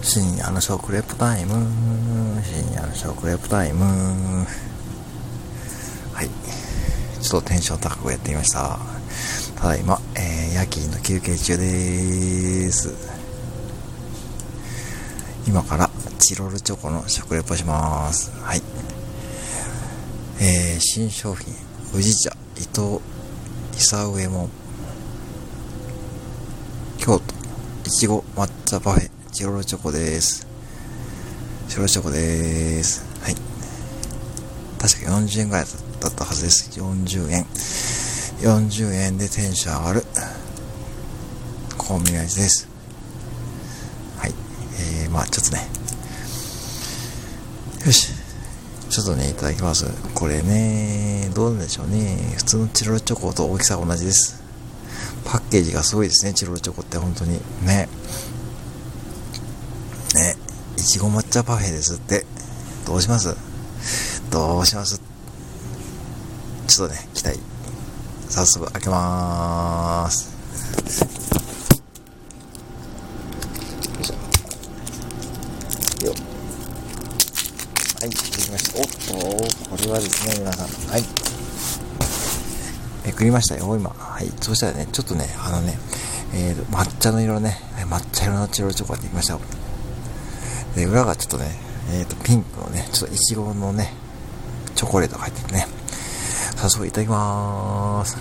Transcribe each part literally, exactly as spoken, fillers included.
深夜の食レポタイム、深夜の食レポタイム。はい、ちょっとテンション高くやってみました。ただいま、えー、夜勤の休憩中でーす。今からチロルチョコの食レポします。はい、えー、新商品宇治茶伊藤久上門京都いちご抹茶パフェチロルチョコです。チロルチョコです。はい、確かよんじゅうえんぐらいだったはずです。よんじゅうえんよんじゅうえんでテンション上がるコンビニ味です。はい、えー、まあちょっとね、よし、ちょっとねいただきます。これね、どうなんでしょうね。普通のチロルチョコと大きさが同じです。パッケージがすごいですね。チロルチョコって本当にね。ね、いちご抹茶パフェですって。どうしますどうしますちょっとね、期待。早速開けまーす。よいしょ。よっ。はい、できました。おっと、これはですね、皆さん。はい。めくりましたよ、今。はい。そしたらね、ちょっとね、あのね、えー、抹茶の色ね、抹茶色のチロルチョコができましたよ。で、裏がちょっとね、えっと、ピンクのね、ちょっとイチゴのね、チョコレートが入っててね。早速いただきまーす。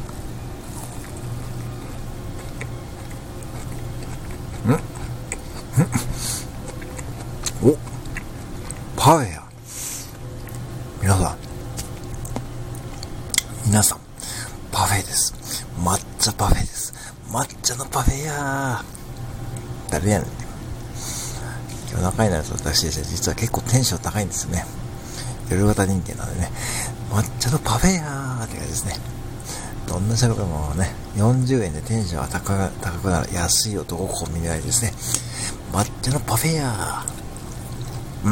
んんお、パフェや。皆さん。皆さん、パフェです。抹茶パフェです。抹茶のパフェやー。誰やねん。夜中になると私ですね、実は結構テンション高いんですよね。夜型人間なんでね、抹茶のパフェやーって感じですね。どんな喋りもね、よんじゅうえんでテンションが高く高くなる安い男コンビニ味ですね。抹茶のパフェやー。うん。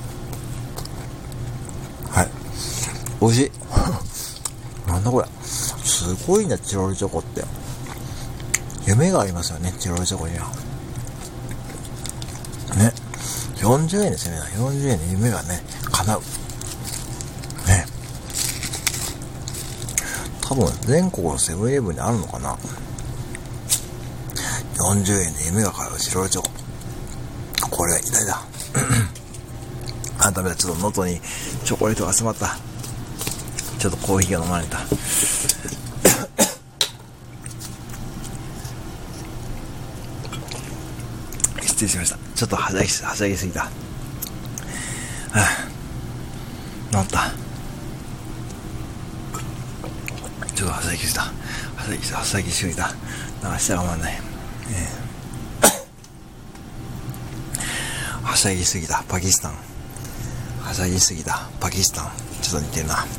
はい。美味しい。なんだこれ。すごいな、チロルチョコって。夢がありますよね、チロルチョコには。ね。よんじゅうえんですよね。よんじゅうえんで夢がね、叶う。ね。多分、全国のセブンイレブンにあるのかな。よんじゅうえんで夢が叶うチロルチョコ。これは偉大だ。あ、ダメだ。ちょっと喉にチョコレートが集まった。ちょっとコーヒーが飲まれた。失礼しました。ちょっとはしゃぎ、はしゃぎすぎた。はぁ、治った。ちょっとはしゃぎすぎた。はしゃぎ、はしゃぎすぎた。なんか下が回んない。えー、はしゃぎすぎた。パキスタン。はしゃぎすぎた。パキスタン。ちょっと似てるな。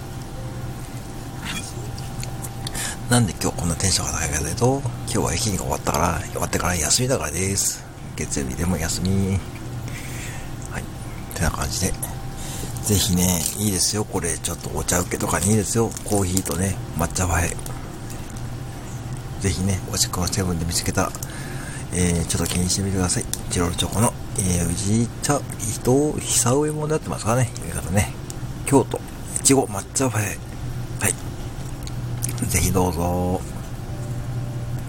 なんで今日こんなテンションが高いかというと、今日は駅が終わったから、終わってから休みだからです。月曜日でも休み。はい。ってな感じで。ぜひね、いいですよ。これ、ちょっとお茶受けとかにいいですよ。コーヒーとね、抹茶パフェ。ぜひね、お近くのセブンで見つけたら、えー、ちょっと気にしてみてください。チロルチョコの、えー、宇治茶、伊藤久上もなってますからね。読み方ね。京都、いちご抹茶パフェ。はい。ぜひどうぞ。